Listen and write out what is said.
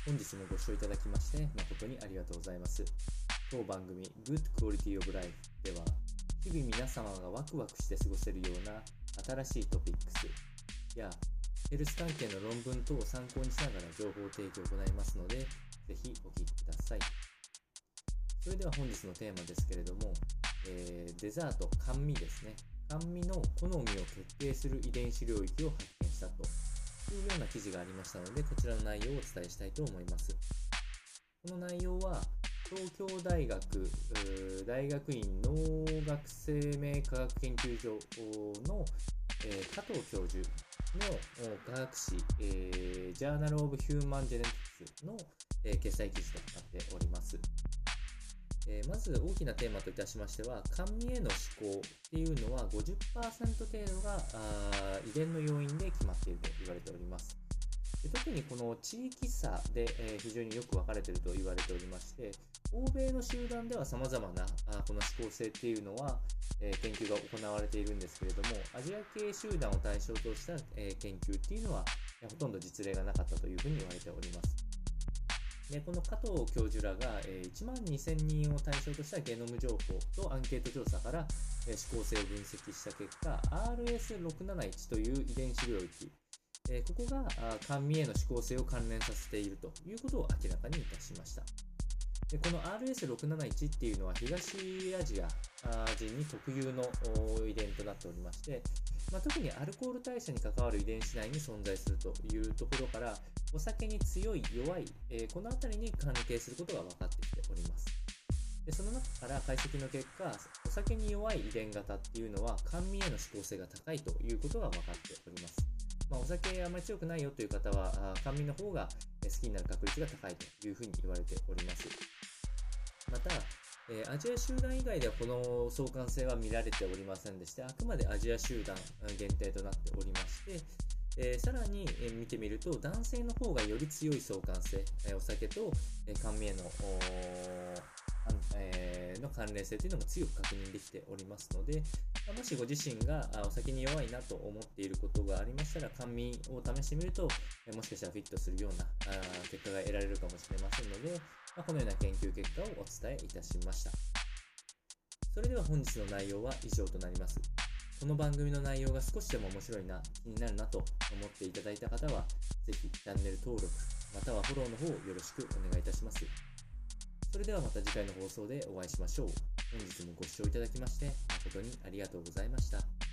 本日もご視聴いただきまして誠にありがとうございます。当番組 Good Quality of Life では、日々皆様がワクワクして過ごせるような新しいトピックスやヘルス関係の論文等を参考にしながら情報提供を行いますので、ぜひお聞きください。それでは本日のテーマですけれども、デザート、甘味ですね。甘味の好みを決定する遺伝子領域を発見したというような記事がありましたので、こちらの内容をお伝えしたいと思います。この内容は東京大学大学院農学生命科学研究所の加藤教授の科学誌ジャーナル・オブ・ヒューマン・ジェネティクスの掲載記事となっております。まず大きなテーマといたしましては、甘味への思考っていうのは 50% 程度が遺伝の要因で決まっていると言われております。特にこの地域差で非常によく分かれていると言われておりまして、欧米の集団では様々なこの思考性っていうのは研究が行われているんですけれども、アジア系集団を対象とした研究っていうのはほとんど実例がなかったというふうに言われております。でこの加藤教授らが1万2000人を対象としたゲノム情報とアンケート調査から思考性を分析した結果、 RS671 という遺伝子領域、ここが甘味への思考性を関連させているということを明らかにいたしました。でこの RS671 っていうのは東アジア人に特有の遺伝となっておりまして、特にアルコール代謝に関わる遺伝子内に存在するというところから、お酒に強い弱い、この辺りに関係することが分かってきております。でその中から解析の結果、お酒に弱い遺伝型っていうのは甘味への思考性が高いということが分かっております。お酒あまり強くないよという方は甘味の方が好きになる確率が高いというふうに言われております。またアジア集団以外ではこの相関性は見られておりませんでして、あくまでアジア集団限定となっておりまして、さらに見てみると男性の方がより強い相関性、お酒と甘味への関連性というのが強く確認できておりますので、もしご自身がお酒に弱いなと思っていることがありましたら、甘味を試してみるともしかしたらフィットするような結果が得られるかもしれませんので、このような研究結果をお伝えいたしました。それでは本日の内容は以上となります。この番組の内容が少しでも面白いな、気になるなと思っていただいた方は、ぜひチャンネル登録、またはフォローの方をよろしくお願いいたします。それではまた次回の放送でお会いしましょう。本日もご視聴いただきまして誠にありがとうございました。